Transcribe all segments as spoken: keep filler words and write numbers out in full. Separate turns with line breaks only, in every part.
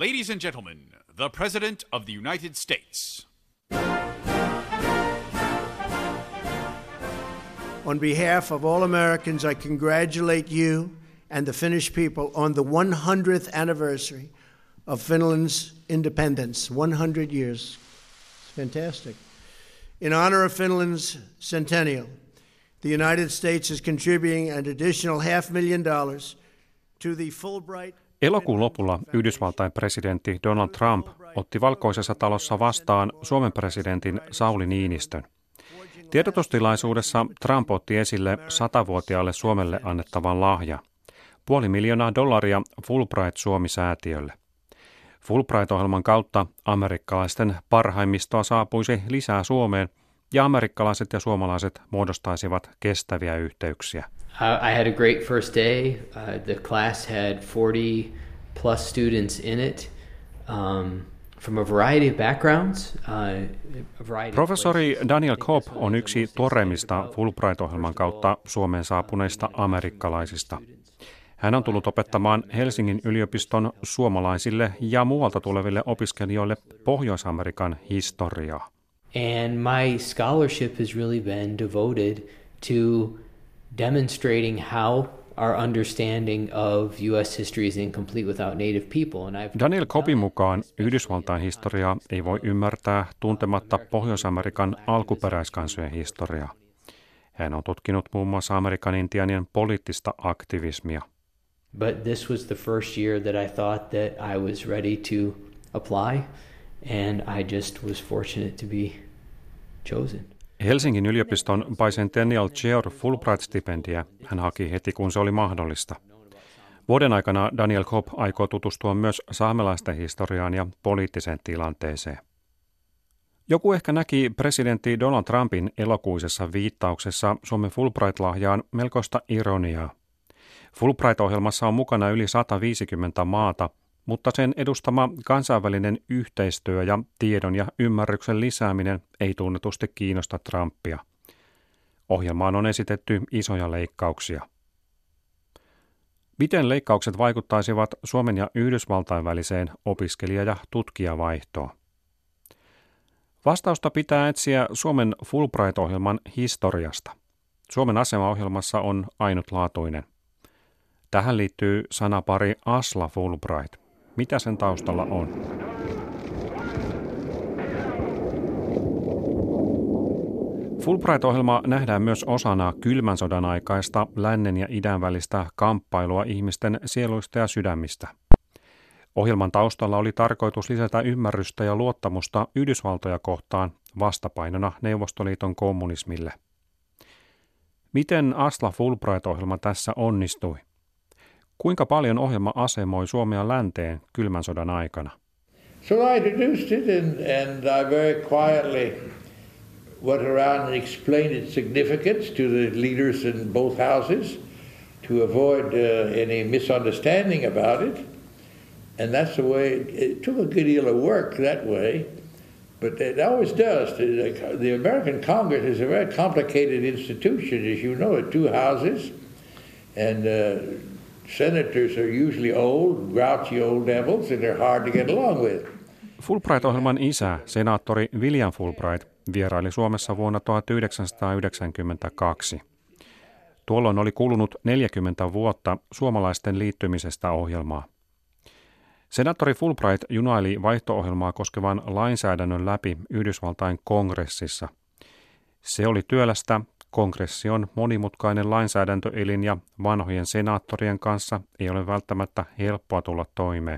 Ladies and gentlemen, the President of the United States.
On behalf of all Americans, I congratulate you and the Finnish people on the one hundredth anniversary of Finland's independence. one hundred years. It's fantastic. In honor of Finland's centennial, the United States is contributing an additional half million dollars to the Fulbright.
Elokuun lopulla Yhdysvaltain presidentti Donald Trump otti Valkoisessa talossa vastaan Suomen presidentin Sauli Niinistön. Tiedotustilaisuudessa Trump otti esille satavuotiaalle Suomelle annettavan lahja. Puoli miljoonaa dollaria Fulbright-Suomi-säätiölle. Fulbright-ohjelman kautta amerikkalaisten parhaimmistoa saapuisi lisää Suomeen ja amerikkalaiset ja suomalaiset muodostaisivat kestäviä yhteyksiä.
I had a great first day. Uh, the class had forty plus students in it. Um, From a variety of backgrounds, uh, a variety
Professori Daniel Cobb on yksi tuoreimmista Fulbright-ohjelman kautta Suomeen saapuneista amerikkalaisista. Hän on tullut opettamaan Helsingin yliopiston suomalaisille ja muualta tuleville opiskelijoille Pohjois-Amerikan historiaa.
And my scholarship has really been devoted to demonstrating how our understanding of U S history is incomplete without native people. And I've
Daniel Cobbin mukaan Yhdysvaltain historiaa ei voi ymmärtää tuntematta Pohjois-Amerikan alkuperäiskansojen historiaa. Hän on tutkinut muun muassa Amerikan intiaanien poliittista aktivismia.
But this was the first year that I thought that I was ready to apply, and I just was fortunate to be chosen.
Helsingin yliopiston Bicentennial Chair Fulbright-stipendiä hän haki heti, kun se oli mahdollista. Vuoden aikana Daniel Cobb aikoo tutustua myös saamelaisten historiaan ja poliittiseen tilanteeseen. Joku ehkä näki presidentti Donald Trumpin elokuisessa viittauksessa Suomen Fulbright-lahjaan melkoista ironiaa. Fulbright-ohjelmassa on mukana yli sata viisikymmentä maata, mutta sen edustama kansainvälinen yhteistyö ja tiedon ja ymmärryksen lisääminen ei tunnetusti kiinnosta Trumpia. Ohjelmaan on esitetty isoja leikkauksia. Miten leikkaukset vaikuttaisivat Suomen ja Yhdysvaltain väliseen opiskelija- ja tutkijavaihtoon? Vastausta pitää etsiä Suomen Fulbright-ohjelman historiasta. Suomen asema ohjelmassa on ainutlaatuinen. Tähän liittyy sanapari Asla Fulbright. Mitä sen taustalla on? Fulbright-ohjelma nähdään myös osana kylmän sodan aikaista lännen ja idän välistä kamppailua ihmisten sieluista ja sydämistä. Ohjelman taustalla oli tarkoitus lisätä ymmärrystä ja luottamusta Yhdysvaltoja kohtaan vastapainona Neuvostoliiton kommunismille. Miten Asla Fulbright-ohjelma tässä onnistui? Kuinka paljon ohjelma asemoi Suomea länteen kylmän sodan aikana?
So I introduced it and, and I very quietly went around and explained its significance to the leaders in both houses to avoid uh, any misunderstanding about it. And that's the way, it took a good deal of work that way, but it always does. The, the American Congress is a very complicated institution, as you know, two houses, and uh, senators are usually old, grouchy old devils, and they're hard to get along with.
Fulbright-ohjelman isä, senaattori William Fulbright, vieraili Suomessa vuonna tuhatyhdeksänsataayhdeksänkymmentäkaksi. Tuolloin oli kulunut neljäkymmentä vuotta suomalaisten liittymisestä ohjelmaan. Senaattori Fulbright junaili vaihto-ohjelmaa koskevan lainsäädännön läpi Yhdysvaltain kongressissa. Se oli työlästä. Kongressi on monimutkainen lainsäädäntöelin ja vanhojen senaattorien kanssa ei ole välttämättä helppoa tulla toimeen.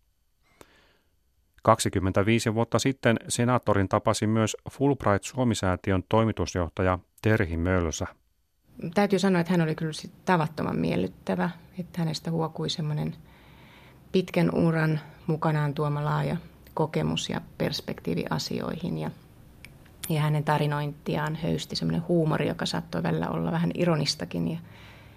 kaksikymmentäviisi vuotta sitten senaattorin tapasi myös Fulbright-Suomi-säätiön toimitusjohtaja Terhi Mölsä.
Täytyy sanoa, että hän oli kyllä tavattoman miellyttävä, että hänestä huokui semmoinen pitkän uran mukanaan tuoma laaja kokemus ja perspektiivi asioihin ja Ja hänen tarinointiaan höysti semmoinen huumori, joka saattoi välillä olla vähän ironistakin. Ja,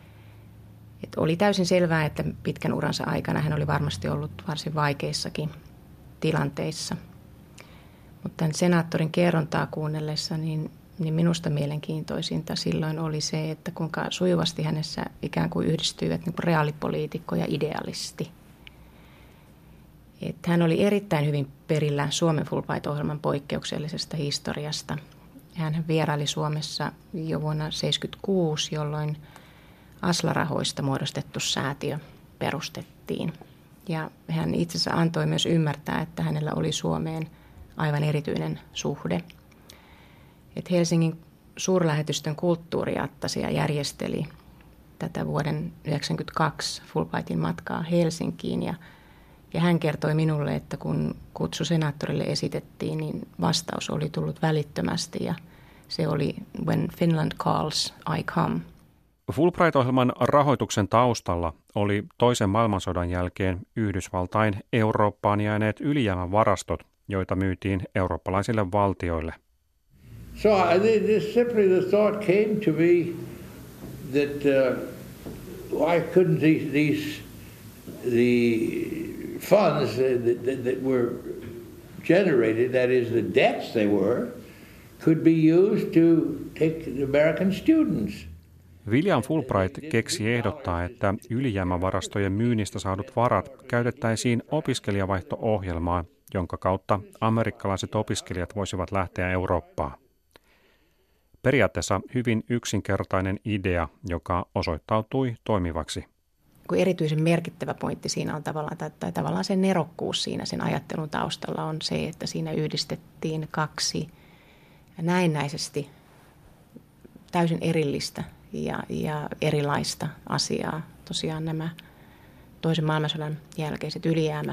et oli täysin selvää, että pitkän uransa aikana hän oli varmasti ollut varsin vaikeissakin tilanteissa. Mutta tämän senaattorin kerrontaa kuunnellessa, niin, niin minusta mielenkiintoisinta silloin oli se, että kuinka sujuvasti hänessä ikään kuin yhdistyivät niin kuin reaalipoliitikko ja idealisti. Että hän oli erittäin hyvin perillä Suomen Fulbright-ohjelman poikkeuksellisesta historiasta. Hän vieraili Suomessa jo vuonna tuhatyhdeksänsataaseitsemänkymmentäkuusi, jolloin Asla-rahoista muodostettu säätiö perustettiin. Ja hän itse asiassa antoi myös ymmärtää, että hänellä oli Suomeen aivan erityinen suhde. Että Helsingin suurlähetystön kulttuuriattasia järjesteli tätä vuoden yhdeksänkymmentäkaksi Fulbrightin matkaa Helsinkiin. Ja, ja hän kertoi minulle, että kun kutsu senaattorille esitettiin, niin vastaus oli tullut välittömästi ja se oli When Finland calls, I come.
Fulbright-ohjelman rahoituksen taustalla oli toisen maailmansodan jälkeen Yhdysvaltain Eurooppaan jääneet ylijäämävarastot, joita myytiin eurooppalaisille valtioille.
So I, this simply the thought came to me that uh, why couldn't these, these the funds that, that, that were generated, that is the debts they were, could be used to take the American students.
William Fulbright keksi ehdottaa, että ylijäämävarastojen myynnistä saadut varat käytettäisiin opiskelijavaihto-ohjelmaan, jonka kautta amerikkalaiset opiskelijat voisivat lähteä Eurooppaan. Periaatteessa hyvin yksinkertainen idea, joka osoittautui toimivaksi.
Erityisen merkittävä pointti siinä on tavallaan, tai tavallaan se nerokkuus siinä sen ajattelun taustalla on se, että siinä yhdistettiin kaksi näennäisesti täysin erillistä ja, ja erilaista asiaa. Tosiaan nämä toisen maailmansodan jälkeiset ylijäämä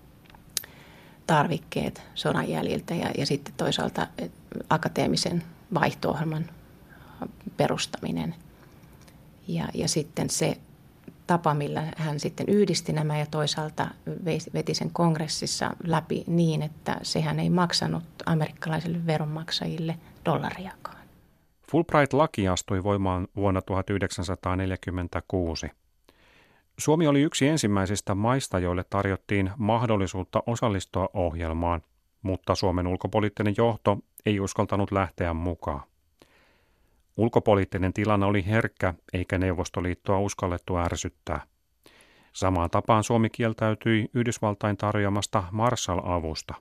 tarvikkeet sodan jäljiltä ja, ja sitten toisaalta akateemisen vaihto-ohjelman perustaminen. Ja, ja sitten se tapa, millä hän sitten yhdisti nämä ja toisaalta veti sen kongressissa läpi niin, että sehän ei maksanut amerikkalaisille veronmaksajille dollariakaan.
Fulbright-laki astui voimaan vuonna tuhatyhdeksänsataaneljäkymmentäkuusi. Suomi oli yksi ensimmäisistä maista, joille tarjottiin mahdollisuutta osallistua ohjelmaan, mutta Suomen ulkopoliittinen johto ei uskaltanut lähteä mukaan. Ulkopoliittinen tilanne oli herkkä, eikä Neuvostoliittoa uskallettu ärsyttää. Samaan tapaan Suomi kieltäytyi Yhdysvaltain tarjoamasta Marshall-avusta.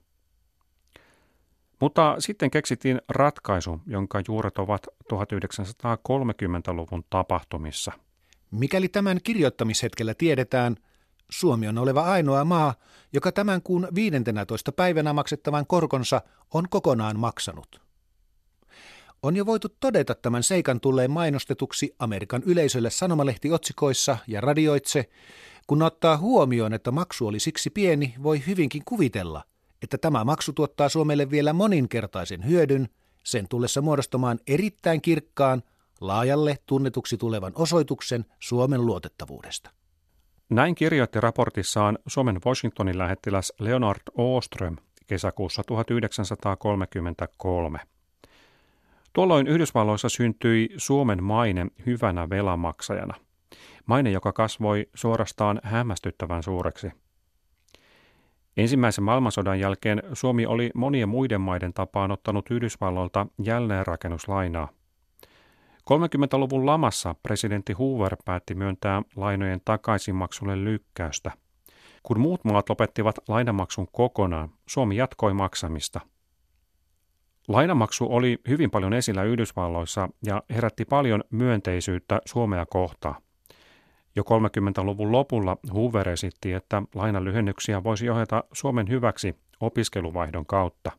Mutta sitten keksittiin ratkaisu, jonka juuret ovat tuhatyhdeksänsataakolmekymmentäluvun tapahtumissa.
Mikäli tämän kirjoittamishetkellä tiedetään, Suomi on oleva ainoa maa, joka tämän kuun viidentenätoista päivänä maksettavan korkonsa on kokonaan maksanut. On jo voitu todeta tämän seikan tulleen mainostetuksi Amerikan yleisölle sanomalehti-otsikoissa ja radioitse, kun ottaa huomioon, että maksu oli siksi pieni, voi hyvinkin kuvitella, että tämä maksu tuottaa Suomelle vielä moninkertaisen hyödyn, sen tullessa muodostamaan erittäin kirkkaan, laajalle tunnetuksi tulevan osoituksen Suomen luotettavuudesta.
Näin kirjoitti raportissaan Suomen Washingtonin lähettiläs Leonard Åström kesäkuussa tuhatyhdeksänsataakolmekymmentäkolme. Tuolloin Yhdysvalloissa syntyi Suomen maine hyvänä velanmaksajana. Maine, joka kasvoi suorastaan hämmästyttävän suureksi. Ensimmäisen maailmansodan jälkeen Suomi oli monien muiden maiden tapaan ottanut Yhdysvalloilta jälleenrakennuslainaa. kolmekymmentäluvun lamassa presidentti Hoover päätti myöntää lainojen takaisinmaksulle lykkäystä. Kun muut maat lopettivat lainamaksun kokonaan, Suomi jatkoi maksamista. Lainamaksu oli hyvin paljon esillä Yhdysvalloissa ja herätti paljon myönteisyyttä Suomea kohtaan. Jo kolmekymmentäluvun lopulla Hoover esitti, että lainalyhennyksiä voisi ohjata Suomen hyväksi opiskeluvaihdon kautta.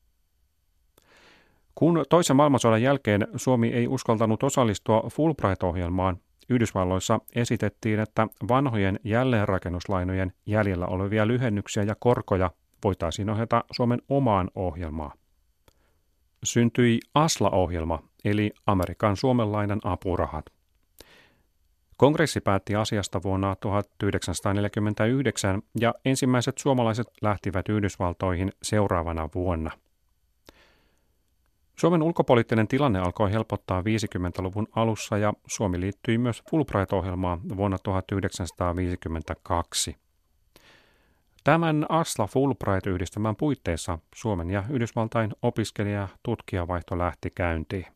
Kun toisen maailmansodan jälkeen Suomi ei uskaltanut osallistua Fulbright-ohjelmaan, Yhdysvalloissa esitettiin, että vanhojen jälleenrakennuslainojen jäljellä olevia lyhennyksiä ja korkoja voitaisiin ohjata Suomen omaan ohjelmaan. Syntyi Asla-ohjelma, eli Amerikan Suomen lainan apurahat. Kongressi päätti asiasta vuonna tuhatyhdeksänsataaneljäkymmentäyhdeksän ja ensimmäiset suomalaiset lähtivät Yhdysvaltoihin seuraavana vuonna. Suomen ulkopoliittinen tilanne alkoi helpottaa viisikymmentäluvun alussa ja Suomi liittyi myös Fulbright-ohjelmaan vuonna tuhatyhdeksänsataaviisikymmentäkaksi. Tämän Asla-Fulbright-yhdistelmän puitteissa Suomen ja Yhdysvaltain opiskelija- ja tutkijavaihto lähti käyntiin.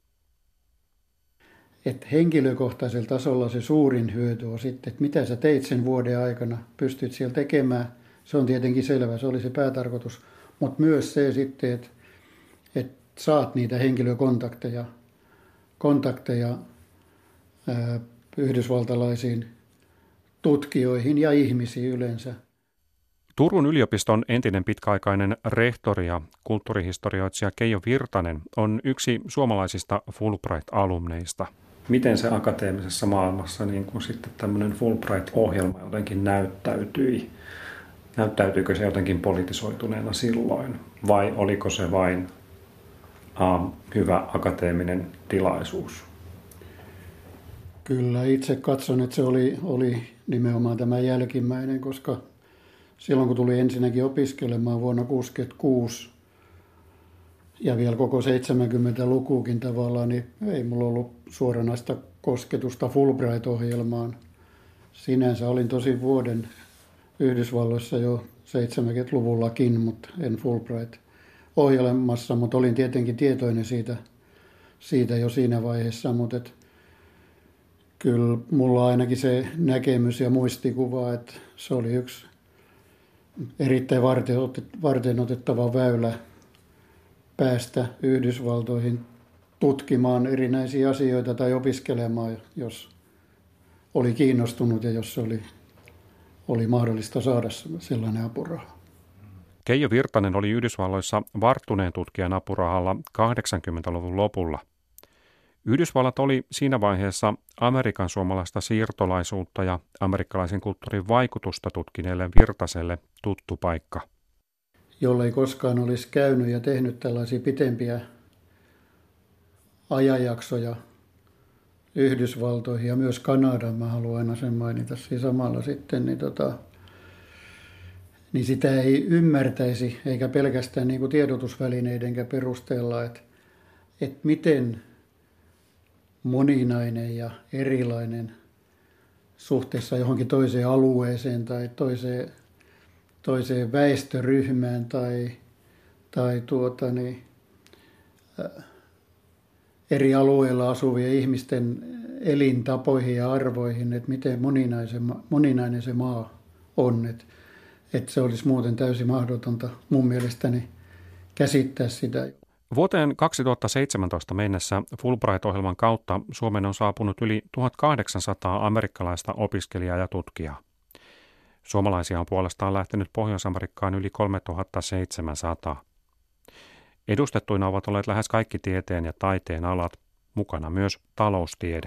Että henkilökohtaisella tasolla se suurin hyöty on sitten, että mitä sä teit sen vuoden aikana, pystyt siellä tekemään Se on tietenkin selvä, se oli se päätarkoitus. Mutta myös se sitten, että, että saat niitä henkilökontakteja kontakteja ää, yhdysvaltalaisiin tutkijoihin ja ihmisiin yleensä.
Turun yliopiston entinen pitkäaikainen rehtori ja kulttuurihistorioitsija Keijo Virtanen on yksi suomalaisista Fulbright-alumneista. Miten se akateemisessa maailmassa niin kun sitten tämmöinen Fulbright-ohjelma jotenkin näyttäytyi? Näyttäytyykö se jotenkin politisoituneena silloin vai oliko se vain uh, hyvä akateeminen tilaisuus?
Kyllä itse katson, että se oli, oli nimenomaan tämä jälkimmäinen, koska silloin kun tuli ensinnäkin opiskelemaan vuonna tuhatyhdeksänsataakuusikymmentäkuusi ja vielä koko seitsemänkymmentälukuukin tavallaan, niin ei mulla ollut suoranaista kosketusta Fulbright-ohjelmaan. Sinänsä olin tosi vuoden Yhdysvalloissa jo seitsemänkymmentäluvullakin, mutta en Fulbright-ohjelmassa, mutta olin tietenkin tietoinen siitä, siitä jo siinä vaiheessa, mutta et, kyllä mulla on ainakin se näkemys ja muistikuva, että se oli yksi erittäin varten otettava väylä päästä Yhdysvaltoihin tutkimaan erinäisiä asioita tai opiskelemaan, jos oli kiinnostunut ja jos oli, oli mahdollista saada sellainen apuraha.
Keijo Virtanen oli Yhdysvalloissa varttuneen tutkijan apurahalla kahdeksankymmentäluvun lopulla. Yhdysvallat oli siinä vaiheessa Amerikan suomalaista siirtolaisuutta ja amerikkalaisen kulttuurin vaikutusta tutkineelle Virtaselle tuttu paikka.
Jollei koskaan olisi käynyt ja tehnyt tällaisia pitempiä ajanjaksoja Yhdysvaltoihin ja myös Kanadaan, mä haluan aina sen mainita siinä samalla sitten, niin, tota, niin sitä ei ymmärtäisi, eikä pelkästään niin kuin tiedotusvälineidenkään perusteella, että, että miten moninainen ja erilainen suhteessa johonkin toiseen alueeseen tai toiseen, toiseen väestöryhmään tai, tai tuota, niin, ä, eri alueilla asuvien ihmisten elintapoihin ja arvoihin, että miten moninainen, moninainen se maa on. Että, että se olisi muuten täysin mahdotonta mun mielestäni käsittää sitä.
Vuoteen kaksituhattaseitsemäntoista mennessä Fulbright-ohjelman kautta Suomeen on saapunut yli tuhatkahdeksansataa amerikkalaista opiskelijaa ja tutkijaa. Suomalaisia on puolestaan lähtenyt Pohjois-Amerikkaan yli kolmetuhattaseitsemänsataa. Edustettuina ovat olleet lähes kaikki tieteen ja taiteen alat, mukana myös taloustiede.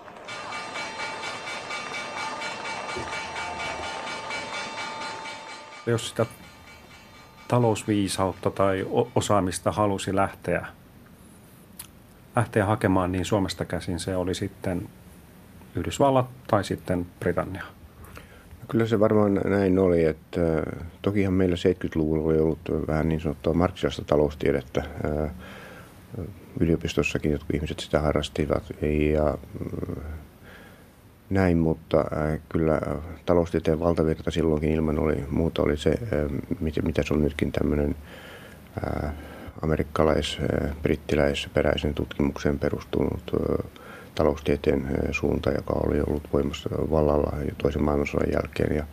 Jos sitä talousviisautta tai osaamista halusi lähteä, lähteä hakemaan, niin Suomesta käsin se oli sitten Yhdysvallat tai sitten Britannia.
Kyllä se varmaan näin oli, että tokihan meillä seitsemänkymmentäluvulla oli ollut vähän niin sanottua marksista taloustiedettä. Yliopistossakin jotkut ihmiset sitä harrastivat ja näin, mutta kyllä taloustieteen valtavirta silloinkin ilman oli, muuta oli se, mitä se on nytkin tämmöinen amerikkalais-, brittiläisperäisen tutkimukseen perustunut taloustieteen suunta, joka oli ollut voimassa vallalla jo toisen maailmansodan jälkeen. Ja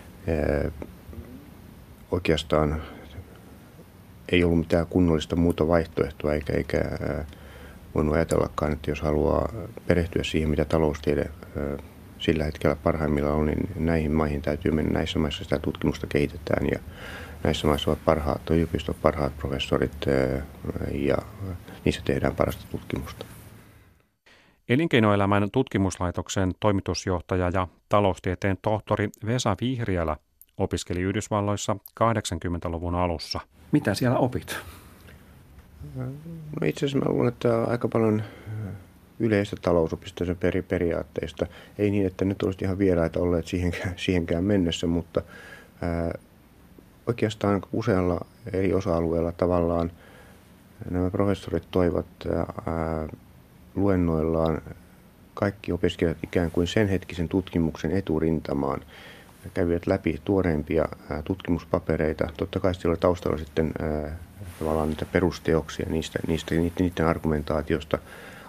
oikeastaan ei ollut mitään kunnollista muuta vaihtoehtoa, eikä, eikä voinut ajatellakaan, että jos haluaa perehtyä siihen, mitä taloustiede sillä hetkellä parhaimmillaan on, niin näihin maihin täytyy mennä. Näissä maissa sitä tutkimusta kehitetään ja näissä maissa ovat parhaat yliopistot, parhaat professorit ja niissä tehdään parasta tutkimusta.
Elinkeinoelämän tutkimuslaitoksen toimitusjohtaja ja taloustieteen tohtori Vesa Vihriälä opiskeli Yhdysvalloissa kahdeksankymmentäluvun alussa. Mitä siellä opit?
No itse asiassa mä luulen, että aika paljon yleistä talousopistojen peri- periaatteista. Ei niin, että nyt olisi ihan vieraita olleet siihenkään, siihenkään mennessä, mutta ää, oikeastaan usealla eri osa-alueella tavallaan nämä professorit toivat ää, luennoillaan kaikki opiskelijat ikään kuin sen hetkisen tutkimuksen eturintamaan. He kävivät läpi tuoreimpia ää, tutkimuspapereita. Totta kai siellä oli taustalla sitten ää, tavallaan niitä perusteoksia niistä, niistä, niiden argumentaatiosta.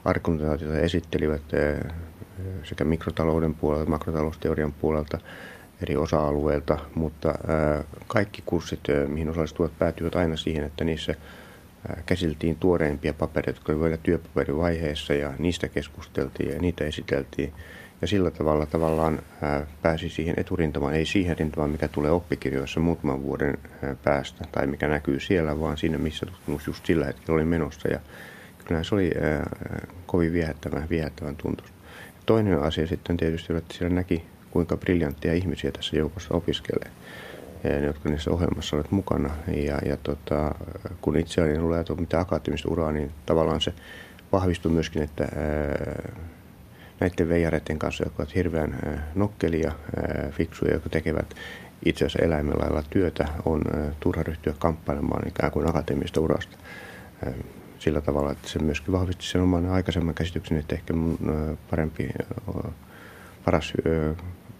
Argumentaatioita esittelivät ää, sekä mikrotalouden puolelta, makrotalousteorian puolelta eri osa-alueilta, mutta kaikki kurssit, mihin osallistuvat, päätyivät aina siihen, että niissä käsiteltiin tuoreimpia papereita, jotka olivat vielä työpaperivaiheessa, ja niistä keskusteltiin ja niitä esiteltiin. Ja sillä tavalla tavallaan pääsi siihen eturintamaan, ei siihen rintamaan, mikä tulee oppikirjoissa muutaman vuoden päästä, tai mikä näkyy siellä, vaan siinä, missä tutkimus just sillä hetkellä oli menossa. Ja kyllä se oli kovin viehättävän, viehättävän tuntuista. Toinen asia sitten tietysti, että siellä näki, kuinka briljantteja ihmisiä tässä joukossa opiskelee, ne, jotka niissä ohjelmassa olet mukana. Ja, ja tota, kun itse en ollut ajatellut mitään akateemista uraa, niin tavallaan se vahvistui myöskin, että ää, näiden veijareiden kanssa, jotka ovat hirveän ää, nokkelia, ää, fiksuja, jotka tekevät itse asiassa eläimen lailla työtä, on ää, turha ryhtyä kamppailemaan ikään kuin akateemista urasta. Ää, sillä tavalla, että se myöskin vahvisti sen oman aikaisemman käsityksen, että ehkä mun ää, parempi, ää, paras ää,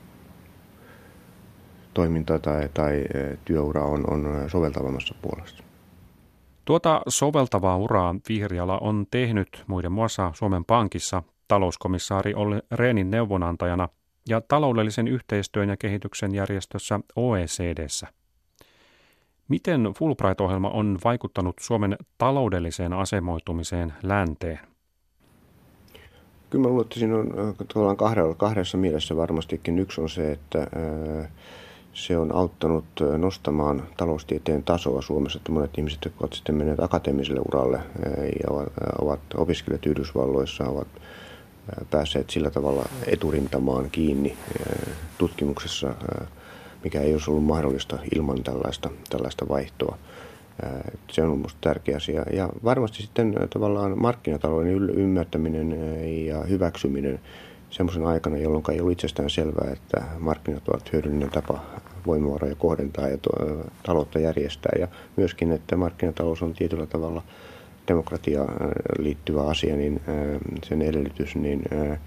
toiminta tai, tai työura on, on soveltavammassa puolessa.
Tuota soveltavaa uraa Vihriälä on tehnyt muiden muassa Suomen Pankissa talouskomissaari Olli Rehnin neuvonantajana ja taloudellisen yhteistyön ja kehityksen järjestössä O E C D:ssä. Miten Fulbright-ohjelma on vaikuttanut Suomen taloudelliseen asemoitumiseen länteen?
Kyllä mä luulen, että siinä on kahdella, kahdessa mielessä varmastikin. Yksi on se, että se on auttanut nostamaan taloustieteen tasoa Suomessa, että monet ihmiset, jotka ovat sitten menneet akateemiselle uralle ja ovat opiskelleet Yhdysvalloissa, ovat päässeet sillä tavalla eturintamaan kiinni tutkimuksessa, mikä ei olisi ollut mahdollista ilman tällaista, tällaista vaihtoa. Se on minusta tärkeä asia. Ja varmasti sitten tavallaan markkinatalouden ymmärtäminen ja hyväksyminen semmoisen aikana, jolloin ei ollut itsestään selvää, että markkinat ovat hyödyllinen tapa voimavaroja kohdentaa ja to- taloutta järjestää. Ja myöskin, että markkinatalous on tietyllä tavalla demokratiaan liittyvä asia, niin sen edellytys, niin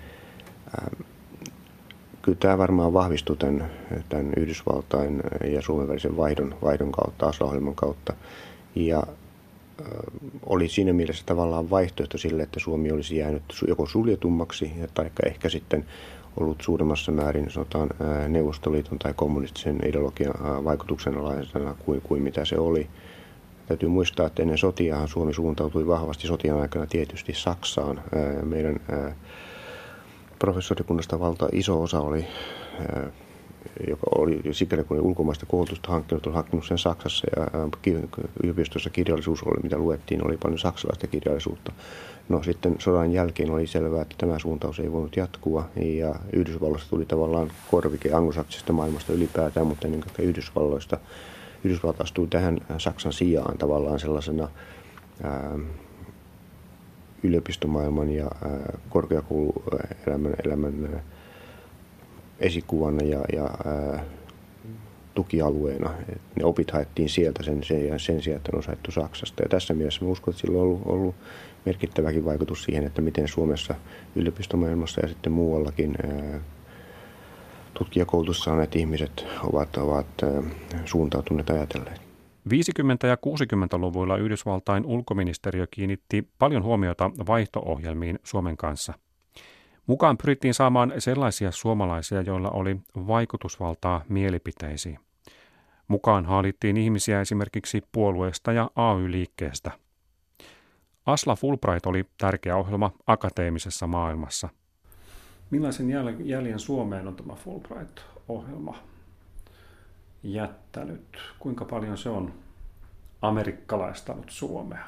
kyllä tämä varmaan vahvistuu tämän, tämän Yhdysvaltain ja Suomen välisen vaihdon, vaihdon kautta, Asla-ohjelman kautta. Ja oli siinä mielessä tavallaan vaihtoehto sille, että Suomi olisi jäänyt joko suljetummaksi tai ehkä sitten ollut suuremmassa määrin sanotaan, Neuvostoliiton tai kommunistisen ideologian vaikutuksen alaisena kuin, kuin mitä se oli. Täytyy muistaa, että ennen sotiahan Suomi suuntautui vahvasti sotien aikana tietysti Saksaan. Meidän professorikunnasta valta iso osa oli, joka oli sikäli kun ulkomaista koulutusta hankkinut, oli hankkinut sen Saksassa ja yliopistossa kirjallisuus oli, mitä luettiin, oli paljon saksalaista kirjallisuutta. No sitten sodan jälkeen oli selvää, että tämä suuntaus ei voinut jatkua ja Yhdysvalloista tuli tavallaan korvike anglosaksisesta maailmasta ylipäätään, mutta ennen kaikkea Yhdysvalloista. Yhdysvallat astui tähän Saksan sijaan tavallaan sellaisena ää, yliopistomaailman ja ää, korkeakouluelämän elämän, ää, esikuvana ja, ja ää, tukialueena. Et ne opit haettiin sieltä sen, sen, sen sijaan, että ne on haettu Saksasta. Ja tässä mielessä uskon, että sillä on ollut, ollut merkittäväkin vaikutus siihen, että miten Suomessa yliopistomaailmassa ja sitten muuallakin ää, tutkijakoulutussa saaneet ihmiset ovat, ovat suuntautuneet ajatelleet.
viisikymmentä- ja kuusikymmentäluvuilla Yhdysvaltain ulkoministeriö kiinnitti paljon huomiota vaihto-ohjelmiin Suomen kanssa. Mukaan pyrittiin saamaan sellaisia suomalaisia, joilla oli vaikutusvaltaa mielipiteisiin. Mukaan haalittiin ihmisiä esimerkiksi puolueesta ja A Y-liikkeestä. Asla Fulbright oli tärkeä ohjelma akateemisessa maailmassa. Millaisen jäljen Suomeen on tämä Fulbright-ohjelma jättänyt? Kuinka paljon se on amerikkalaistanut Suomea?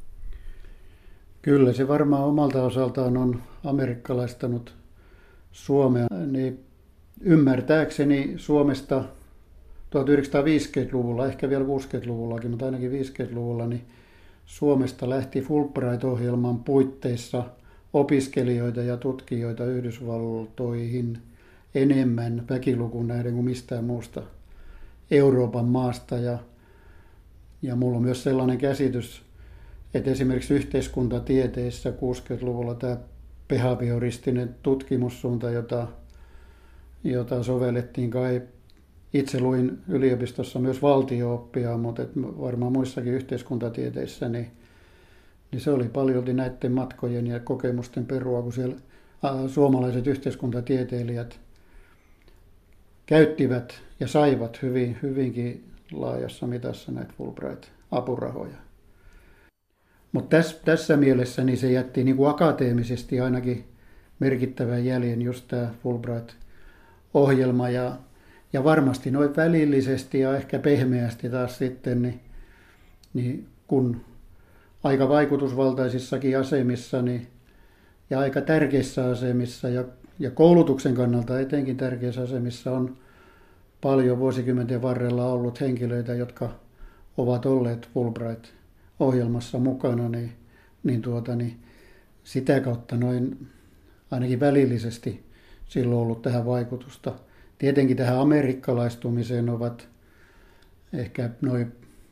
Kyllä se varmaan omalta osaltaan on amerikkalaistanut Suomea. Niin ymmärtääkseni Suomesta tuhatyhdeksänsataaviisikymmentäluvulla, ehkä vielä kuusikymmentäluvullakin, mutta ainakin viisikymmentäluvulla, niin Suomesta lähti Fulbright-ohjelman puitteissa opiskelijoita ja tutkijoita Yhdysvaltoihin enemmän väkilukuun nähden kuin mistään muusta Euroopan maasta. Ja, ja mulla on myös sellainen käsitys, että esimerkiksi yhteiskuntatieteissä kuusikymmentäluvulla tämä behavioristinen tutkimussuunta, jota, jota sovellettiin kai, itse luin yliopistossa myös valtio-oppia, mutta varmaan muissakin yhteiskuntatieteissä, niin niin se oli paljolti näiden matkojen ja kokemusten perua, kun siellä suomalaiset yhteiskuntatieteilijät käyttivät ja saivat hyvin, hyvinkin laajassa mitassa näitä Fulbright-apurahoja. Mutta tässä, tässä mielessä niin se jätti niin kuin akateemisesti ainakin merkittävän jäljen just tämä Fulbright-ohjelma. Ja, ja varmasti noin välillisesti ja ehkä pehmeästi taas sitten, niin, niin kun aika vaikutusvaltaisissakin asemissa niin, ja aika tärkeissä asemissa ja, ja koulutuksen kannalta etenkin tärkeissä asemissa on paljon vuosikymmenten varrella ollut henkilöitä, jotka ovat olleet Fulbright-ohjelmassa mukana, niin, niin, tuota, niin sitä kautta noin ainakin välillisesti silloin ollut tähän vaikutusta. Tietenkin tähän amerikkalaistumiseen ovat ehkä noin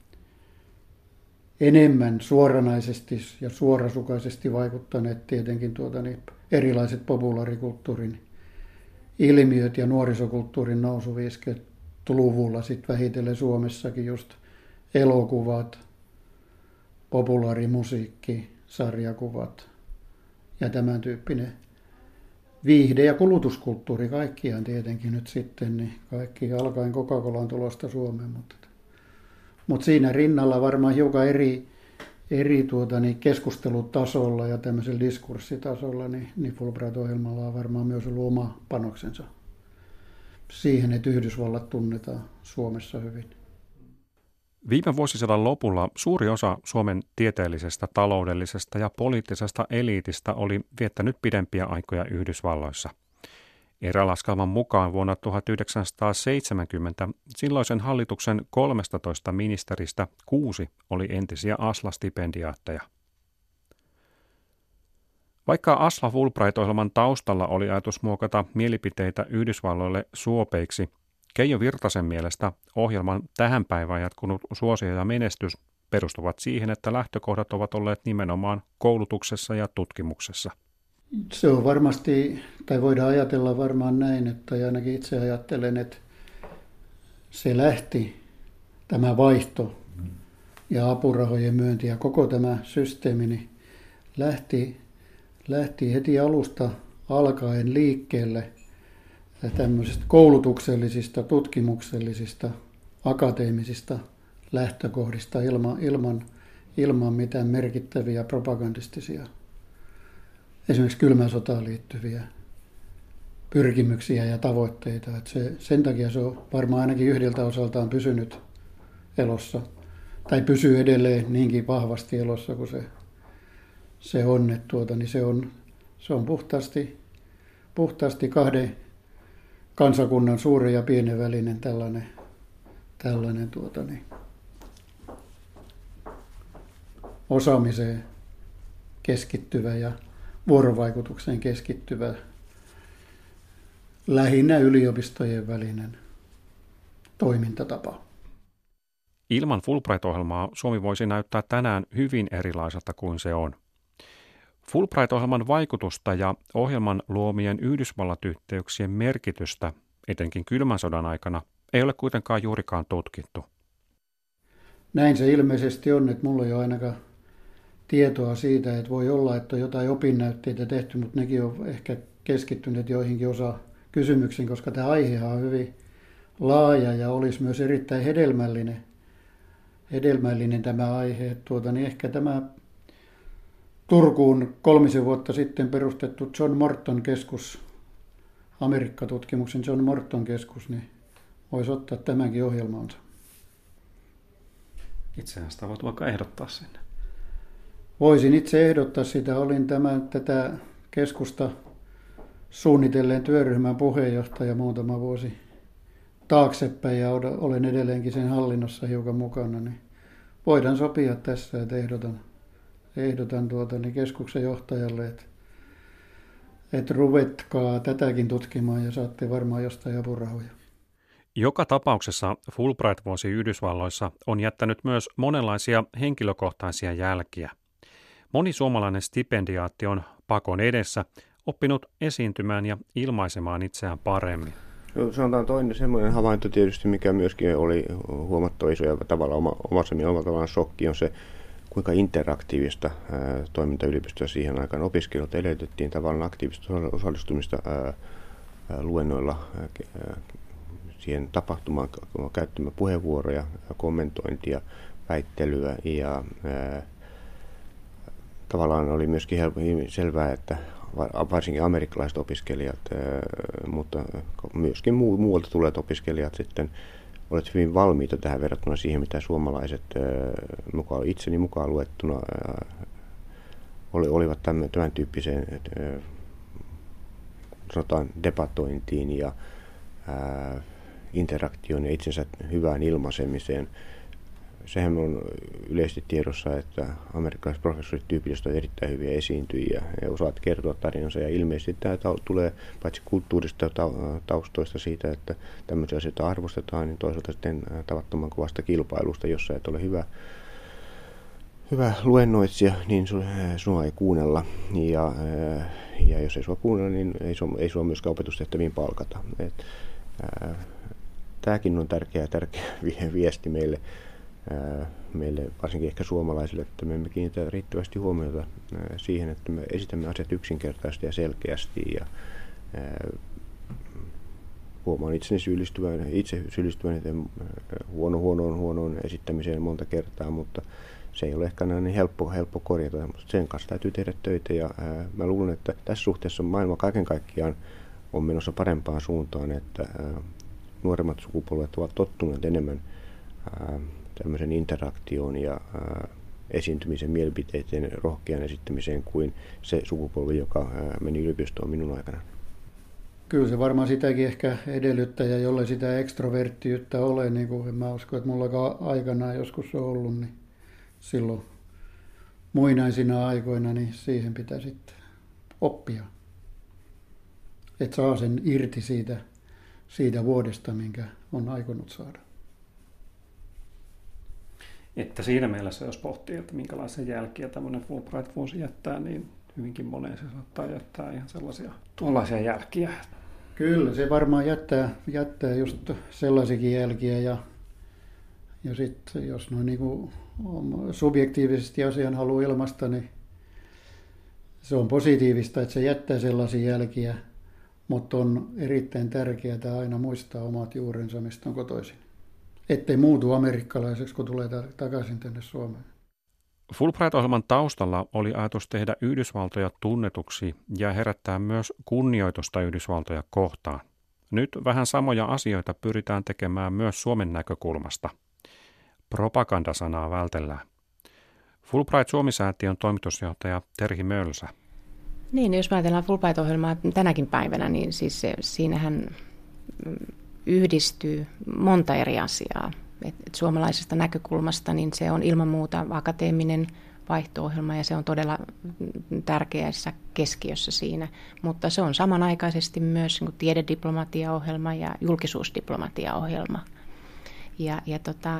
enemmän suoranaisesti ja suorasukaisesti vaikuttaneet tietenkin tuota, niin erilaiset populaarikulttuurin ilmiöt ja nuorisokulttuurin nousu viisikymmentäluvulla sitten vähitellen Suomessakin just elokuvat, populaarimusiikki, sarjakuvat ja tämän tyyppinen viihde- ja kulutuskulttuuri kaikkiaan tietenkin nyt sitten, niin kaikki alkaen Coca-Colan tulosta Suomeen, mutta, mutta siinä rinnalla varmaan hiukan eri, eri tuota, niin keskustelutasolla ja tämmöisellä diskurssitasolla, niin, niin Fulbright-ohjelmalla on varmaan myös ollut oma panoksensa siihen, että Yhdysvallat tunnetaan Suomessa hyvin.
Viime vuosisadan lopulla suuri osa Suomen tieteellisestä, taloudellisesta ja poliittisesta eliitistä oli viettänyt pidempiä aikoja Yhdysvalloissa. Erälaskelman mukaan vuonna tuhatyhdeksänsataaseitsemänkymmentä silloisen hallituksen kolmestatoista ministeristä kuusi oli entisiä Asla-stipendiaatteja. Vaikka Asla Fulbright-ohjelman taustalla oli ajatus muokata mielipiteitä Yhdysvalloille suopeiksi, Keijo Virtasen mielestä ohjelman tähän päivään jatkunut suosio ja menestys perustuvat siihen, että lähtökohdat ovat olleet nimenomaan koulutuksessa ja tutkimuksessa.
Se on varmasti, tai voidaan ajatella varmaan näin, että ainakin itse ajattelen, että se lähti, tämä vaihto ja apurahojen myönti ja koko tämä systeemi niin lähti, lähti heti alusta alkaen liikkeelle tämmöisistä koulutuksellisista, tutkimuksellisista, akateemisista lähtökohdista ilman, ilman, ilman mitään merkittäviä propagandistisia, esimerkiksi kylmään sotaan liittyviä pyrkimyksiä ja tavoitteita. Että se, sen takia se on varmaan ainakin yhdeltä osaltaan pysynyt elossa, tai pysyy edelleen niinkin vahvasti elossa kuin se, se on. Että tuota, niin se on, se on puhtaasti, puhtaasti kahden kansakunnan suuren ja pienen välinen tällainen, tällainen tuota, niin, osaamiseen keskittyvä ja vuorovaikutukseen keskittyvä lähinnä yliopistojen välinen toimintatapa.
Ilman Fulbright-ohjelmaa Suomi voisi näyttää tänään hyvin erilaiselta kuin se on. Fulbright-ohjelman vaikutusta ja ohjelman luomien Yhdysvallat-yhteyksien merkitystä, etenkin kylmän sodan aikana, ei ole kuitenkaan juurikaan tutkittu.
Näin se ilmeisesti on, että mulla ei ole ainakaan tietoa siitä, että voi olla, että on jotain opinnäytteitä tehty, mutta nekin on ehkä keskittyneet joihinkin osa kysymyksiin, koska tämä aihe on hyvin laaja ja olisi myös erittäin hedelmällinen, hedelmällinen tämä aihe. Tuota, niin ehkä tämä Turkuun kolmisen vuotta sitten perustettu John Morton keskus, Amerikkatutkimuksen John Morton keskus, niin voisi ottaa tämänkin ohjelmaansa.
Itsehän sitä voit vaikka ehdottaa sinne.
Voisin itse ehdottaa sitä. Olin tämän, tätä keskusta suunnitelleen työryhmän puheenjohtaja muutama vuosi taaksepäin ja olen edelleenkin sen hallinnossa hiukan mukana. Niin voidaan sopia tässä, että ehdotan, ehdotan tuota, niin keskuksen johtajalle, että, että ruvetkaa tätäkin tutkimaan ja saatte varmaan jostain apurahoja.
Joka tapauksessa Fulbright-vuosi Yhdysvalloissa on jättänyt myös monenlaisia henkilökohtaisia jälkiä. Moni suomalainen stipendiaatti on pakon edessä oppinut esiintymään ja ilmaisemaan itseään paremmin.
No, sanotaan toinen semmoinen havainto tietysti, mikä myöskin oli huomattava iso ja tavallaan oma, omassa omalla tavallaan shokki, on se, kuinka interaktiivista ää, toiminta yliopistossa siihen aikaan opiskelijoilta edellytettiin tavallaan aktiivista osallistumista ää, ää, luennoilla, ää, siihen tapahtumaan käyttämään puheenvuoroja, kommentointia, väittelyä ja ää, tavallaan oli myöskin selvää, että varsinkin amerikkalaiset opiskelijat, mutta myöskin muualta tulevat opiskelijat sitten olet hyvin valmiita tähän verrattuna siihen, mitä suomalaiset mukaan, itseni mukaan luettuna olivat tämän, tämän tyyppiseen sanotaan debatointiin ja interaktioon ja itsensä hyvään ilmaisemiseen. Sehän on yleisesti tiedossa, että amerikkalaiset professorit tyypillisesti ovat erittäin hyviä esiintyjiä ja osaavat kertoa tarinansa. Ja ilmeisesti tämä tulee paitsi kulttuurista taustoista siitä, että tämmöisiä asioita arvostetaan, niin toisaalta sitten tavattoman kovasta kilpailusta, jossa et ole hyvä, hyvä luennoitsija, niin sinua ei kuunnella. Ja, ja jos ei sinua kuunnella, niin ei sinua, ei sinua myöskään opetustehtäviin palkata. Et, ää, tämäkin on tärkeä, tärkeä viesti meille. meille, varsinkin ehkä suomalaisille, että me emme kiinnitä riittävästi huomiota siihen, että me esitämme asiat yksinkertaisesti ja selkeästi ja huomaan itseni syyllistyvän, itse syyllistyvän huono, huonoon, huonoon esittämiseen monta kertaa, mutta se ei ole ehkä näin helppo, helppo korjata, mutta sen kanssa täytyy tehdä töitä ja ää, mä luulen, että tässä suhteessa maailma kaiken kaikkiaan on menossa parempaan suuntaan, että ää, nuoremmat sukupolvet ovat tottuneet enemmän ää, tämmöisen interaktion ja ää, esiintymisen, mielipiteiden rohkean esittämiseen kuin se sukupolvi, joka ää, meni yliopistoon minun aikana.
Kyllä se varmaan sitäkin ehkä edellyttää, ja jollei sitä ekstroverttiyttä ole, niin kuin en mä usko, että mullakaan aikanaan joskus on ollut, niin silloin muinaisina aikoina, niin siihen pitää sitten oppia. Että saa sen irti siitä, siitä vuodesta, minkä on aikonut saada.
Että siinä mielessä, jos pohtii, että minkälaisia jälkiä tämmöinen Fulbright voisi jättää, niin hyvinkin moneen se saattaa jättää ihan sellaisia tuollaisia jälkiä.
Kyllä, se varmaan jättää, jättää just sellaisiakin jälkiä. Ja, ja sitten jos noin niin kuin subjektiivisesti asian haluaa ilmaista, niin se on positiivista, että se jättää sellaisia jälkiä, mutta on erittäin tärkeää aina muistaa omat juurensa, mistä on kotoisin. Ettei muutu amerikkalaiseksi, kun tulee takaisin tänne Suomeen.
Fulbright-ohjelman taustalla oli ajatus tehdä Yhdysvaltoja tunnetuksi ja herättää myös kunnioitusta Yhdysvaltoja kohtaan. Nyt vähän samoja asioita pyritään tekemään myös Suomen näkökulmasta. Propagandasanaa vältellään. Fulbright Suomi-säätiön toimitusjohtaja Terhi Mölsä.
Niin, jos ajatellaan Fulbright-ohjelmaa tänäkin päivänä, niin siis se, siinähän yhdistyy monta eri asiaa. Et, et suomalaisesta näkökulmasta niin se on ilman muuta akateeminen vaihto-ohjelma ja se on todella tärkeässä keskiössä siinä, mutta se on samanaikaisesti myös niin kuin tiedediplomatiaohjelma ja julkisuusdiplomatiaohjelma. Ja, ja tota,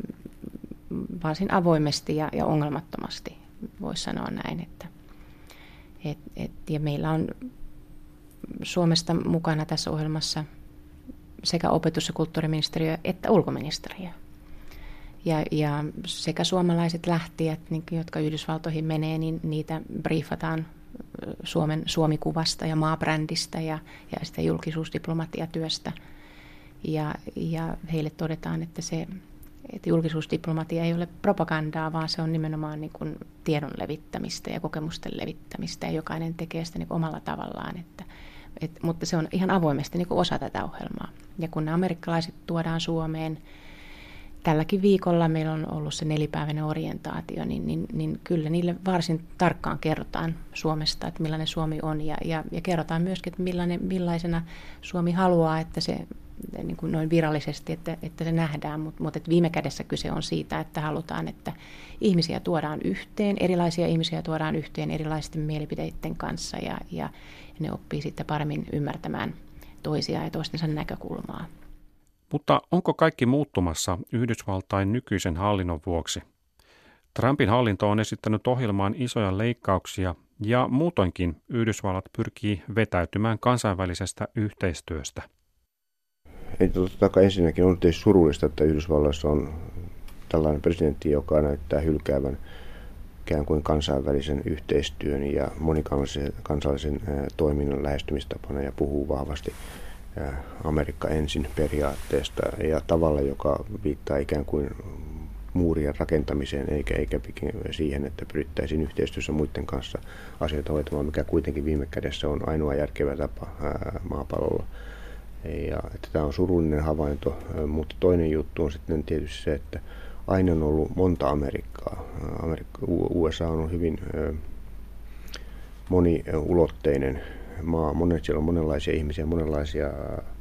varsin avoimesti ja, ja ongelmattomasti voisi sanoa näin. Että, et, et, ja meillä on Suomesta mukana tässä ohjelmassa sekä opetus- ja kulttuuriministeriö että ulkoministeriö. Ja, ja sekä suomalaiset lähtijät, niin, jotka Yhdysvaltoihin menee, niin niitä briefataan Suomen Suomi-kuvasta ja maabrändistä ja, ja sitä julkisuusdiplomatiatyöstä. Ja, ja heille todetaan, että, se, että julkisuusdiplomatia ei ole propagandaa, vaan se on nimenomaan niin kuin tiedon levittämistä ja kokemusten levittämistä. Ja jokainen tekee sitä niin kuin omalla tavallaan, että Et, mutta se on ihan avoimesti niin kuin osa tätä ohjelmaa. Ja kun ne amerikkalaiset tuodaan Suomeen, tälläkin viikolla meillä on ollut se nelipäiväinen orientaatio, niin, niin, niin kyllä niille varsin tarkkaan kerrotaan Suomesta, että millainen Suomi on. Ja, ja, ja kerrotaan myöskin, että millainen, millaisena Suomi haluaa, että se niin kuin noin virallisesti, että, että se nähdään. Mutta mut, viime kädessä kyse on siitä, että halutaan, että ihmisiä tuodaan yhteen, erilaisia ihmisiä tuodaan yhteen erilaisten mielipiteiden kanssa ja, ja ne oppii sitten paremmin ymmärtämään toisiaan ja toistensa näkökulmaa.
Mutta onko kaikki muuttumassa Yhdysvaltain nykyisen hallinnon vuoksi? Trumpin hallinto on esittänyt ohjelmaan isoja leikkauksia ja muutoinkin Yhdysvallat pyrkii vetäytymään kansainvälisestä yhteistyöstä.
Ei, totta ensinnäkin on tietysti surullista, että Yhdysvalloissa on tällainen presidentti, joka näyttää hylkäävän ikään kuin kansainvälisen yhteistyön ja monikansallisen kansallisen toiminnan lähestymistapana ja puhuu vahvasti Amerikka ensin periaatteesta ja tavalla, joka viittaa ikään kuin muurien rakentamiseen eikä, eikä siihen, että pyrittäisiin yhteistyössä muiden kanssa asioita hoitamaan, mikä kuitenkin viime kädessä on ainoa järkevä tapa ää, maapallolla. Ja, että tämä on surullinen havainto, mutta toinen juttu on sitten tietysti se, että aina on ollut monta Amerikkaa. Amerikka, U S A on ollut hyvin ää, moniulotteinen maa. Monet, siellä on monenlaisia ihmisiä, monenlaisia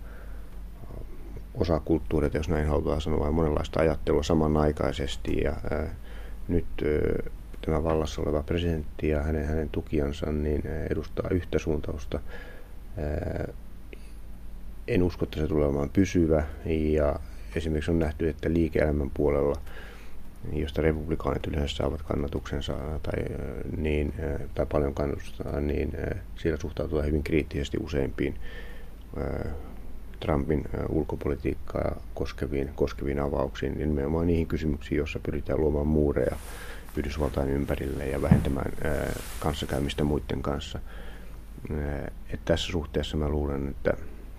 osakulttuureita, jos näin halutaan sanoa, vai monenlaista ajattelua samanaikaisesti. Ja, ää, nyt ää, tämä vallassa oleva presidentti ja hänen, hänen tukijansa niin edustaa yhtä suuntausta. Ää, en usko, että se tulee olemaan pysyvä. Ja esimerkiksi on nähty, että liike-elämän puolella, josta republikaanit yleensä saavat kannatuksensa tai, niin, tai paljon kannatusta, niin siellä suhtautuu hyvin kriittisesti useimpiin Trumpin ulkopolitiikkaa koskeviin, koskeviin avauksiin, niin nimenomaan niihin kysymyksiin, joissa pyritään luomaan muureja Yhdysvaltain ympärille ja vähentämään kanssakäymistä muiden kanssa. Et tässä suhteessa mä luulen, että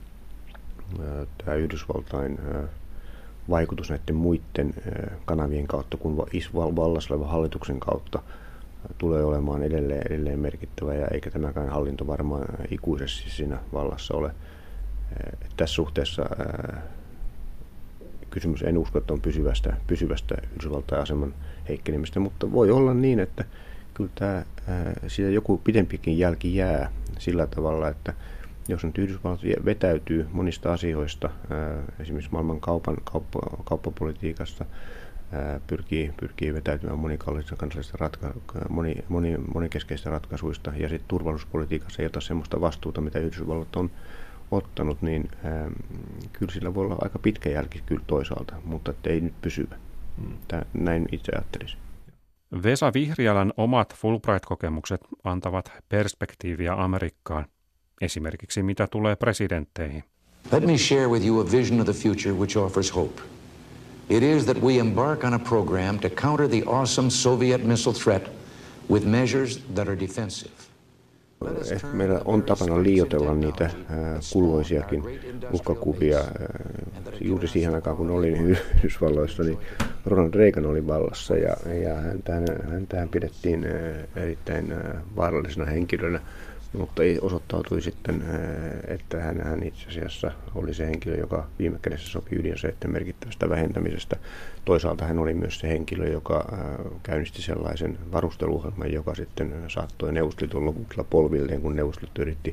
tämä Yhdysvaltain vaikutus näiden muiden kanavien kautta kuin vallassa olevan hallituksen kautta tulee olemaan edelleen, edelleen merkittävä, ja eikä tämäkään hallinto varmaan ikuisesti siinä vallassa ole. Et tässä suhteessa ää, kysymys en usko, että on pysyvästä, pysyvästä Yhdysvaltain aseman heikkenemistä, mutta voi olla niin, että kyllä tämä, ää, siitä joku pidempikin jälki jää sillä tavalla, että jos nyt Yhdysvallat vetäytyy monista asioista, ää, esimerkiksi maailman kaupan, kauppa, kauppapolitiikasta, ää, pyrkii, pyrkii vetäytymään monikallisista kansallisista ratka- moni, moni, monikeskeisistä ratkaisuista, ja sitten turvallisuuspolitiikassa ei ota sellaista vastuuta, mitä Yhdysvallat on ottanut, niin ää, kyllä sillä voi olla aika pitkä jälki kyllä toisaalta, mutta ei nyt pysyvä. Tää, näin itse ajattelisin.
Vesa Vihriälän omat Fulbright-kokemukset antavat perspektiiviä Amerikkaan, esimerkiksi mitä tulee presidentteihin.
Let me share with you a vision of the future which offers hope. It is that we embark on a program to counter the awesome Soviet missile threat with measures that are defensive.
Ehkä meillä on tapana liioitella niitä kulloisiakin uhkakuvia. Juuri siihen aikaan, kun olin Yhdysvalloissa, niin Ronald Reagan oli vallassa, ja, ja häntähän, häntähän pidettiin erittäin vaarallisena henkilönä, mutta osoittautui sitten, että hän, hän itse asiassa oli se henkilö, joka viime kädessä sopi ydinaseiden merkittävästä vähentämisestä. Toisaalta hän oli myös se henkilö, joka käynnisti sellaisen varusteluohjelman, joka sitten saattoi Neuvostoliiton lopulta polvilleen, kun Neuvostoliitto yritti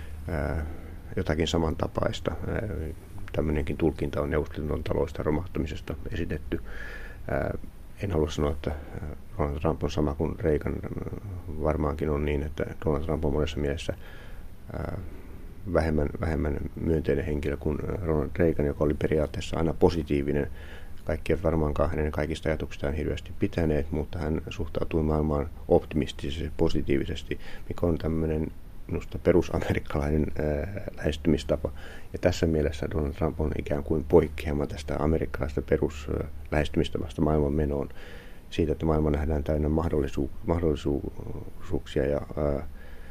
jotakin samantapaista. Tämmöinenkin tulkinta on Neuvostoliiton taloudesta romahtamisesta esitetty. En halua sanoa, että Donald Trump on sama kuin Reagan. Varmaankin on niin, että Donald Trump on monessa mielessä vähemmän, vähemmän myönteinen henkilö kuin Ronald Reagan, joka oli periaatteessa aina positiivinen. Kaikki eivät varmaankaan hänen kaikista ajatuksistaan hirveästi pitäneet, mutta hän suhtautui maailmaan optimistisesti, positiivisesti, mikä on tämmöinen minusta perusamerikkalainen ää, lähestymistapa. Ja tässä mielessä Donald Trump on ikään kuin poikkeama tästä amerikkalaisesta peruslähestymistavasta maailman menoon. Siitä, että maailma nähdään täynnä mahdollisu- mahdollisuuksia ja ää,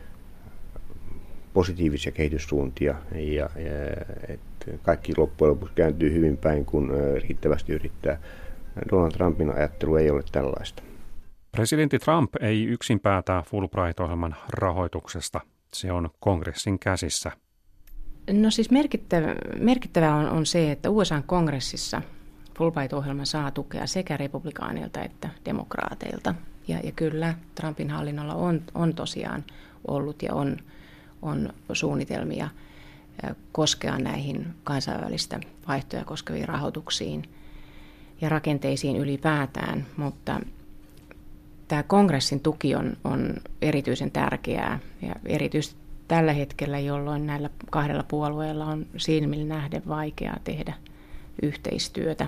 positiivisia kehityssuuntia. Ja, ja että kaikki loppujen lopuksi kääntyy hyvin päin, kun ää, riittävästi yrittää. Donald Trumpin ajattelu ei ole tällaista.
Presidentti Trump ei yksin päätä Fulbright-ohjelman rahoituksesta. Se on kongressin käsissä.
No siis merkittävä, merkittävää on, on se, että U S A:n kongressissa Fulbright-ohjelma saa tukea sekä republikaaneilta että demokraateilta. Ja, ja kyllä Trumpin hallinnolla on, on tosiaan ollut ja on, on suunnitelmia koskea näihin kansainvälistä vaihtoja koskeviin rahoituksiin ja rakenteisiin ylipäätään, mutta tämä kongressin tuki on, on erityisen tärkeää, ja erityisesti tällä hetkellä, jolloin näillä kahdella puolueella on silmillä nähden vaikeaa tehdä yhteistyötä.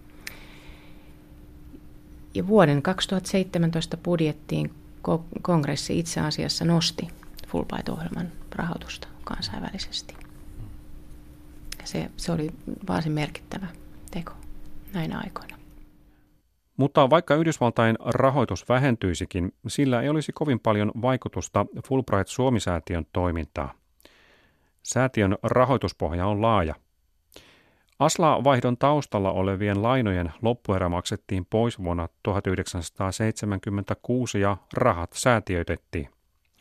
Ja vuoden kaksituhattaseitsemäntoista budjettiin kongressi itse asiassa nosti Fulbright-ohjelman rahoitusta kansainvälisesti. Se, se oli varsin merkittävä teko näinä aikoina.
Mutta vaikka Yhdysvaltain rahoitus vähentyisikin, sillä ei olisi kovin paljon vaikutusta Fulbright Suomi-säätiön toimintaan. Säätiön rahoituspohja on laaja. Asla-vaihdon taustalla olevien lainojen loppuerä maksettiin pois vuonna tuhatyhdeksänsataaseitsemänkymmentäkuusi ja rahat säätiöitettiin.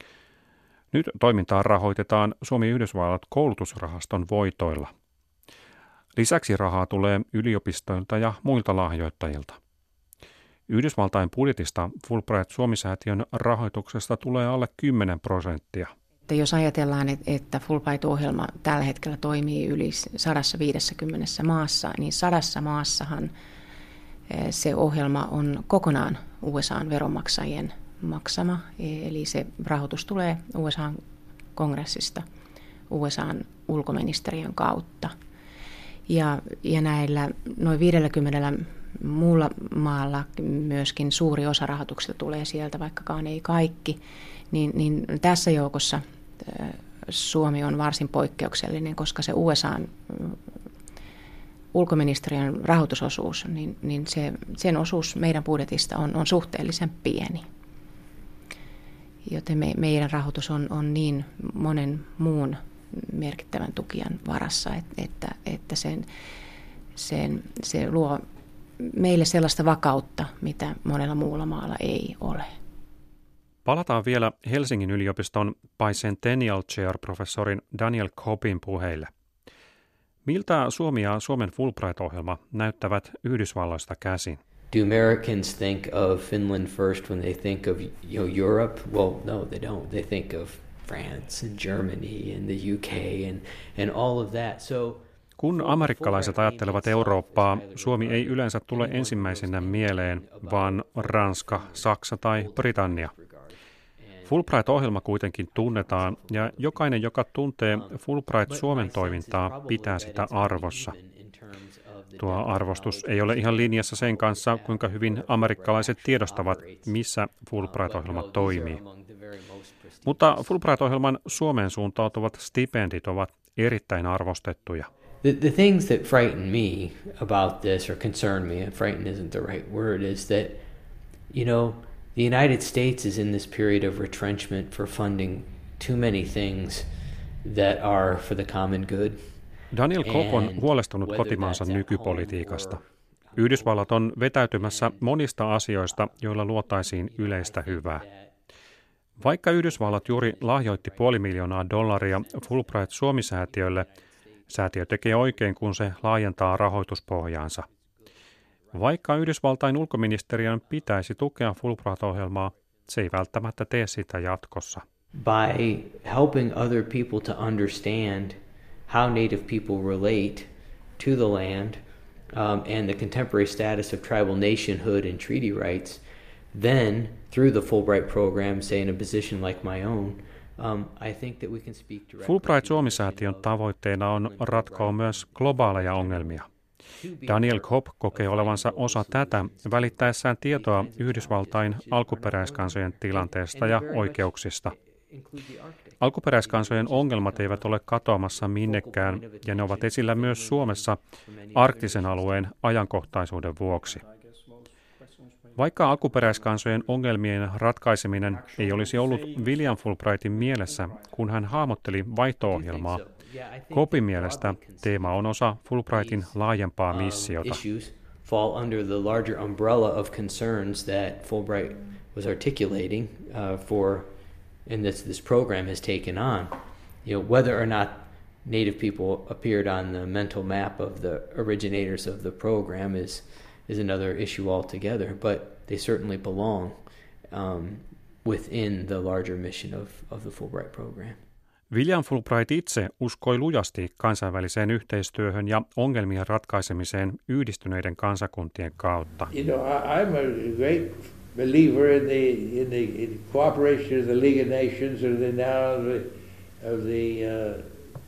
Nyt toimintaa rahoitetaan Suomi-Yhdysvallat koulutusrahaston voitoilla. Lisäksi rahaa tulee yliopistoilta ja muilta lahjoittajilta. Yhdysvaltain budjetista Fulbright-Suomi-säätiön rahoituksesta tulee alle kymmenen prosenttia.
Jos ajatellaan, että Fulbright-ohjelma tällä hetkellä toimii yli sata viisikymmentä maassa, niin sadassa maassahan se ohjelma on kokonaan U S A:n veronmaksajien maksama. Eli se rahoitus tulee U S A:n kongressista, U S A:n ulkoministeriön kautta. Ja, ja näillä noin viidelläkymmenellä muulla maalla myöskin suuri osa rahoituksesta tulee sieltä, vaikkakaan ei kaikki. Niin, niin tässä joukossa Suomi on varsin poikkeuksellinen, koska se U S A:n ulkoministeriön rahoitusosuus, niin, niin se, sen osuus meidän budjetista on, on suhteellisen pieni. Joten me, meidän rahoitus on, on niin monen muun merkittävän tukijan varassa, että, että, että sen, sen, se luo meille sellaista vakautta, mitä monella muulla maalla ei ole.
Palataan vielä Helsingin yliopiston Bicentennial Chair-professorin Daniel Cobbin puheille. Miltä Suomi ja Suomen Fulbright-ohjelma näyttävät Yhdysvalloista käsin?
Do Americans think of Finland first when they think of, you know, Europe? Well, no, they don't. They think of France and Germany and the U K and, and all of that. So,
kun amerikkalaiset ajattelevat Eurooppaa, Suomi ei yleensä tule ensimmäisenä mieleen, vaan Ranska, Saksa tai Britannia. Fulbright-ohjelma kuitenkin tunnetaan, ja jokainen, joka tuntee Fulbright-Suomen toimintaa, pitää sitä arvossa. Tuo arvostus ei ole ihan linjassa sen kanssa, kuinka hyvin amerikkalaiset tiedostavat, missä Fulbright-ohjelma toimii. Mutta Fulbright-ohjelman Suomeen suuntautuvat stipendit ovat erittäin arvostettuja.
The, the things that frighten me about this, or concern me, and frighten isn't the right word, is that, you know, the United States is in this period of retrenchment for funding too many things that are for the common good.
Daniel Cobb on huolestunut kotimaansa nykypolitiikasta. Yhdysvallat on vetäytymässä monista asioista, joilla luotaisiin yleistä hyvää. Vaikka Yhdysvallat juuri lahjoitti puoli miljoonaa dollaria Fulbright-Suomi-säätiölle, säätiö tekee oikein, kun se laajentaa rahoituspohjaansa. Vaikka Yhdysvaltain ulkoministeriön pitäisi tukea Fulbright-ohjelmaa, se ei välttämättä tee sitä jatkossa.
By helping other people to understand how Native people relate to the land um, and the contemporary status of tribal nationhood and treaty rights, then through the Fulbright program, say in a position like my own, um, I think that we can speak directly.
Fulbright-Suomi-säätiön tavoitteena on ratkoa myös globaaleja ongelmia. Daniel Cobb kokee olevansa osa tätä välittäessään tietoa Yhdysvaltain alkuperäiskansojen tilanteesta ja oikeuksista. Alkuperäiskansojen ongelmat eivät ole katoamassa minnekään, ja ne ovat esillä myös Suomessa arktisen alueen ajankohtaisuuden vuoksi. Vaikka alkuperäiskansojen ongelmien ratkaiseminen ei olisi ollut William Fulbrightin mielessä, kun hän hahmotteli vaihto-ohjelmaa, Cobbin mielestä teema on osa Fulbrightin laajempaa missiota.
Fall under the larger umbrella of concerns that Fulbright was articulating uh, for, and this this program has taken on. You know, whether or not Native people appeared on the mental map of the originators of the program is is another issue altogether, but they certainly belong um, within the larger mission of of the Fulbright program.
William Fulbright itse uskoi lujasti kansainväliseen yhteistyöhön ja ongelmien ratkaisemiseen yhdistyneiden kansakuntien kautta.
You know, I'm a great believer in the in the in cooperation of the League of Nations and the now of the, of the uh,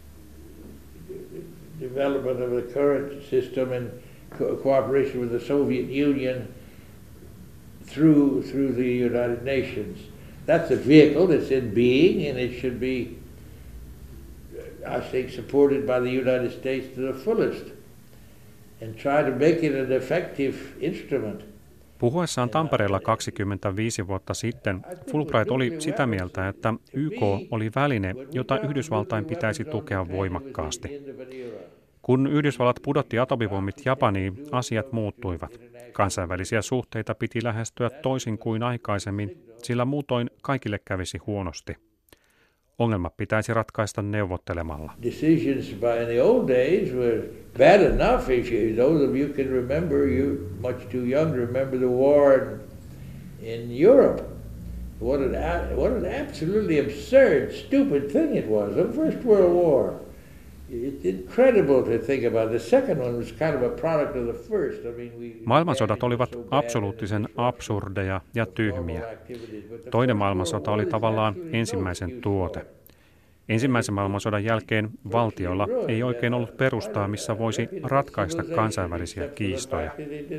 development of the current system and co- cooperation with the Soviet Union through through the United Nations. That's a vehicle that's in being, and it should be, I think, supported by the United States to the fullest, and try to make it an effective instrument.
Puhuessaan Tampereella kaksikymmentäviisi vuotta sitten Fulbright oli sitä mieltä, että Y K oli väline, jota Yhdysvaltain pitäisi tukea voimakkaasti. Kun Yhdysvallat pudotti atomipommit Japaniin, asiat muuttuivat. Kansainvälisiä suhteita piti lähestyä toisin kuin aikaisemmin, sillä muutoin kaikille kävisi huonosti. Ongelma pitäisi ratkaista neuvottelemalla.
Decisions by in the old days were bad enough. If you, those of you can remember, you much too young to remember the war in, in Europe. What an what an absolutely absurd, stupid thing it was. The First World War. It's incredible to think about. The second one was kind of a product of the first. I mean, we,
Maailmansodat olivat absoluuttisen absurdeja ja tyhmiä. Toinen maailmansota oli tavallaan ensimmäisen tuote. Ensimmäisen maailmansodan jälkeen valtiolla ei oikein ollut perustaa, missä voisi ratkaista kansainvälisiä kiistoja.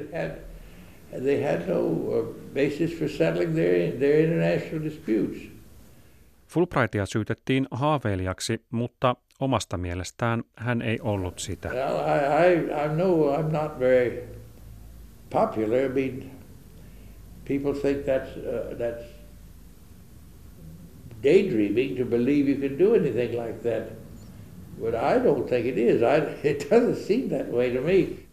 Fulbrightia syytettiin haaveilijaksi, mutta omasta mielestään hän ei ollut sitä.
I, I, I know I'm not very popular. I mean, people think that's uh, that's daydreaming to believe you can do anything like that, but I don't think it is. I, it doesn't seem that way to me.